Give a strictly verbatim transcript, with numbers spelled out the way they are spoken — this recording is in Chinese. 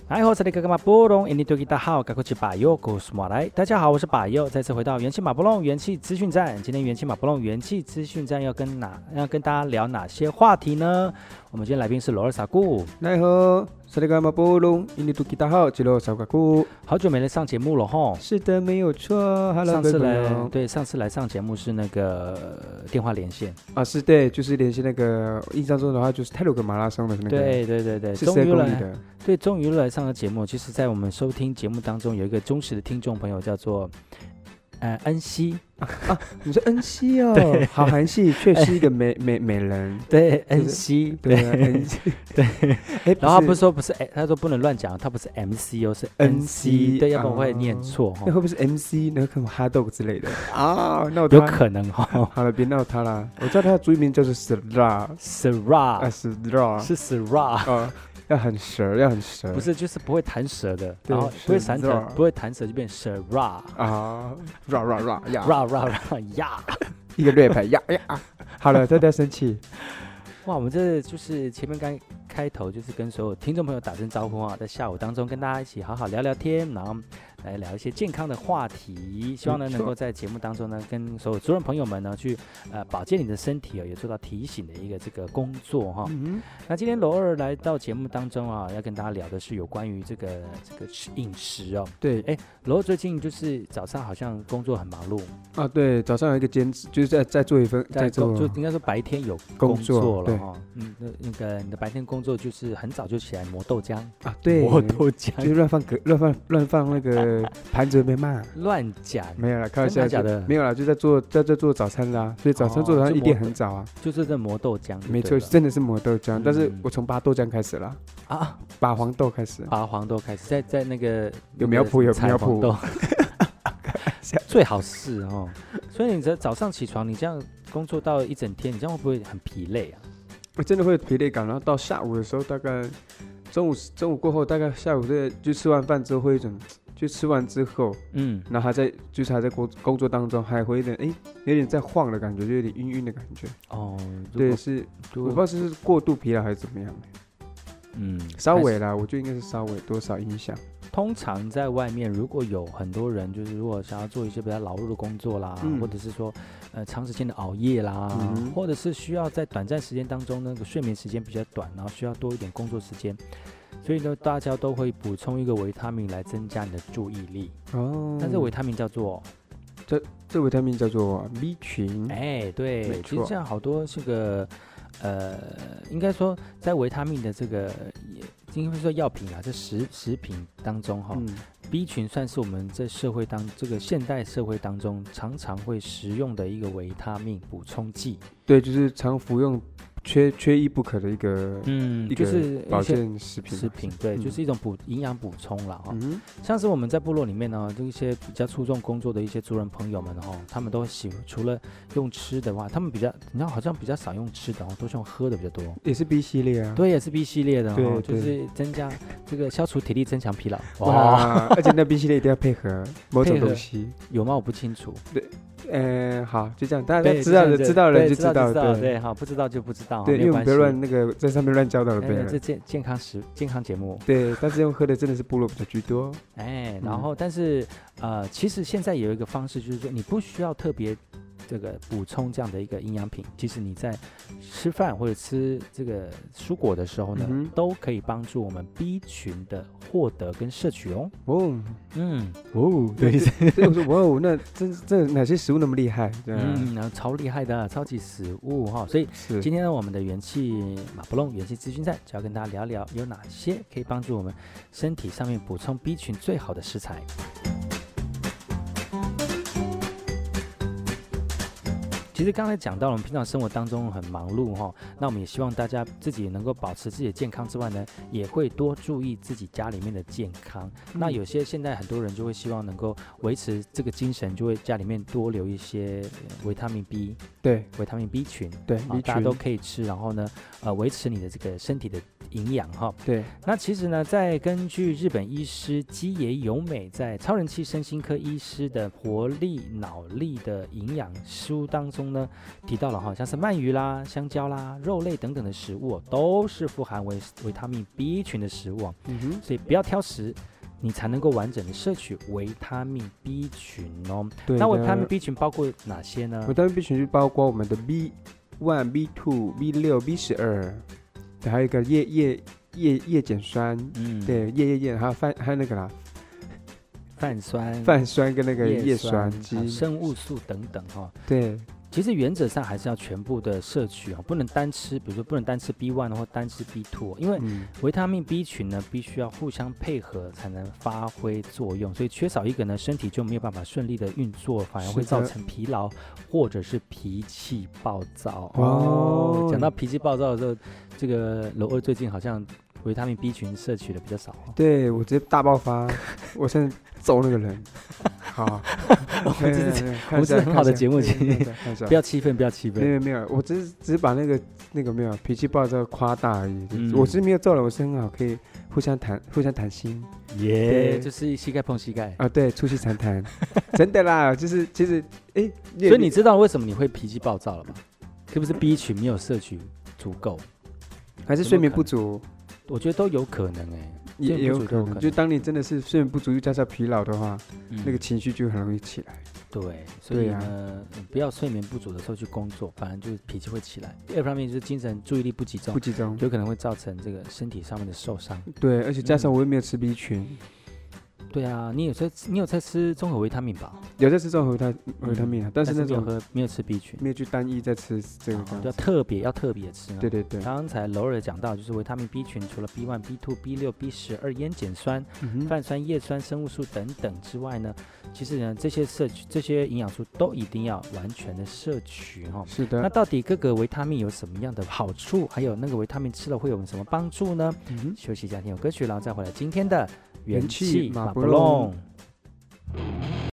嗨，我是那个马布隆，印尼多吉大号，赶快去把右古斯马来。大家好，我是把右，再次回到元气马布隆元气资讯站。今天元气马布隆元气资讯站要跟哪要跟大家聊哪些话题呢？我们今天来宾是罗尔萨固。 大家好，是那个马布隆，印尼多吉大号，吉罗萨固。 好久没来上节目了吼。 是的，没有错。Hello， 上次来对上次来上节目是那个电话连线啊，是对，就是连线那个印象中的话就是泰鲁格马拉松的那个。 对对对对， 是十公里的。 对，终于来上了节目。其实，在我们收听节目当中，有一个忠实的听众朋友叫做呃恩熙啊啊，你说恩熙哦，好韩系，却是一个美美美人。 对，恩熙， 对恩熙， 对。然后他不是说不是，他说不能乱讲，他不是 M C 哦，是 N C， 对，要不然会念错。 那会不会是 M C？ 那可能 hot dog 之类的啊？那有可能哦。 好了，别闹他了。我知道他的主语名叫做 Sra，Sra 啊 ，Sra 是 Sra 啊。要很舌，要很舌， 不是，就是不会弹舌的，然后不会弹舌，不会弹舌就变舌 ra 啊 ，ra ra ra 呀 ，ra ra ra 呀， 一个 rap 呀呀，好了，大家生气。 哇，我们这就是前面刚开头就是跟所有听众朋友打声招呼啊，在下午当中跟大家一起好好聊聊天，然后来聊一些健康的话题，希望呢能够在节目当中呢跟所有族人朋友们呢去呃保健你的身体哦，也做到提醒的一个这个工作哈。嗯、那今天罗二来到节目当中啊，要跟大家聊的是有关于这个这个饮食哦。 对， 哎，罗二最近就是早上好像工作很忙碌啊，对，早上有一个兼职，就是在在做一份在做，就应该说白天有工作了哈。嗯，那那个你的白天工作就是很早就起来磨豆浆啊，对， 磨豆浆， 就是乱放乱放乱放那个盘子被骂， 乱讲， 没有啦，开玩笑假的， 没有啦，就在做在在做早餐啦，所以早餐做早餐一定很早啊， 就是在磨豆浆， 没错，真的是磨豆浆，但是我从拔豆浆开始啦，啊，拔黄豆开始， 拔黄豆开始，在在那个有苗圃有苗圃， 最好是哦，所以你这早上起床，你这样工作到一整天，你这样会不会很疲累啊？ 我真的会有疲累感，然后到下午的时候，大概中午中午过后，大概下午就就吃完饭之后会一种，就吃完之后，嗯，然后还在就是还在工工作当中，还会有点哎有点在晃的感觉，就有点晕晕的感觉。哦，对，是我不知道是过度疲劳还是怎么样。嗯，稍微啦，我觉得应该是稍微多少影响。 通常在外面，如果有很多人，就是如果想要做一些比较劳碌的工作啦，嗯、或者是说，呃，长时间的熬夜啦，嗯、或者是需要在短暂时间当中那个睡眠时间比较短，然后需要多一点工作时间，所以呢，大家都会补充一个维他命来增加你的注意力。哦，那这维他命叫做， 这这维他命叫做 B 群。 哎，对，其实这样好多这个，呃，应该说在维他命的这个。应该说药品啊，这食食品当中哈、嗯、，B 群算是我们在社会当这个现代社会当中常常会食用的一个维他命补充剂。 对，就是常服用。缺缺一不可的一个， 嗯， 一个就是保健食品， 食品对，嗯、就是一种补营养补充了哈。嗯、像是我们在部落里面呢，就一些比较注重工作的一些族人朋友们哈，他们都喜除了用吃的话，他们比较，你知道好像比较少用吃的哦，都是用喝的比较多。 也是 B 系列啊， 对，也是 B 系列的哦，就是增加这个消除体力、增强疲劳。 哇，而且那 B 系列一定要配合某种东西， 有吗？我不清楚。 对。呃，好，就这样，大家知道的，知道的人就知道， 对对，好，不知道就不知道， 对，因为我们不要乱那个在上面乱教导了， 对，这健健康食健康节目， 对，但是用喝的真的是部落比较居多， 哎，然后但是呃，其实现在有一个方式，就是说你不需要特别这个补充这样的一个营养品，其实你在吃饭或者吃这个蔬果的时候呢，嗯、都可以帮助我们 B 群的获得跟摄取哦。哦，嗯， 哦，对，对，我说哇哦，那这这哪些食物那么厉害？ 嗯，然后超厉害的超级食物哈，所以今天呢，我们的元气马布隆元气资讯站就要跟大家聊聊有哪些可以帮助我们身体上面补充 B 群最好的食材。其实刚才讲到了，我们平常生活当中很忙碌哈，那我们也希望大家自己能够保持自己的健康之外呢，也会多注意自己家里面的健康。嗯、那有些现在很多人就会希望能够维持这个精神，就会家里面多留一些维他命 B， 对， 维他命 B 群， 对， 啊、大家都可以吃，然后呢，呃，维持你的这个身体的营养哈。 对， 那其实呢，在根据日本医师基野由美在超人气身心科医师的活力脑力的营养书当中。 中呢提到了哈，像是鳗鱼啦、香蕉啦、肉类等等的食物、哦、都是富含维维他命 B 群的食物、哦嗯、哼所以不要挑食，你才能够完整的摄取维他命 B 群哦。那维他命 B 群包括哪些呢？ 维他命 B 群就包括我们的 B 一、B 二、B 六、B 十二，还有一个叶叶叶叶碱酸，嗯，对，叶叶叶，还有泛还有那个啦。 泛酸、 泛酸跟那个叶酸、 酸生物素等等哈、哦。 对， 其实原则上还是要全部的摄取啊，不能单吃，比如说不能单吃 B 一 或单吃 B 二，因为维他命 B 群呢必须要互相配合才能发挥作用，所以缺少一个呢，身体就没有办法顺利的运作，反而会造成疲劳或者是脾气暴躁。哦，讲到脾气暴躁的时候，这个楼二最近好像维他命 B 群摄取的比较少、哦。 对，我直接大爆发，我现在揍那个人。好， 我们这是我们是很好的节目，不要气愤，不要气愤。 没有没有，我只是只是把那个那个没有脾气暴躁夸大而已。嗯、我是没有揍人，我是很好，可以互相谈互相谈心。 耶、yeah, ，就是膝盖碰膝盖啊，对，促膝长谈，真的啦，就是其实哎， 所以你知道为什么你会脾气暴躁了吗？是不是 B 群没有摄取足够， 还是睡眠不足？ 我觉得都有可能哎、欸。 也有可能，就当你真的是睡眠不足又加上疲劳的话、嗯，那个情绪就很容易起来。 对，所以呢，啊、不要睡眠不足的时候去工作，反而就是脾气会起来。第二方面就是精神注意力不集中， 不集中， 有可能会造成这个身体上面的受伤。 对，而且加上我又没有吃 B 群。嗯对啊，你有在你有在吃综合维他命吧？ 有在吃综合维他维他命啊、嗯，但是那种没有喝没有吃 B 群， 没有去单一在吃这个， 要特别要特别吃、啊。 对对对， 刚才楼尔讲到，就是维他命 B 群除了 B 一、B 二、B 六、B 十二、烟碱酸、嗯、泛酸、叶酸、生物素等等之外呢，其实呢这些摄取这些营养素都一定要完全的摄取哈、哦。 是的。 那到底各个维他命有什么样的好处？还有那个维他命吃了会有什么帮助呢？嗯、休息一下，听首歌曲，然后再回来今天的元气马不弄。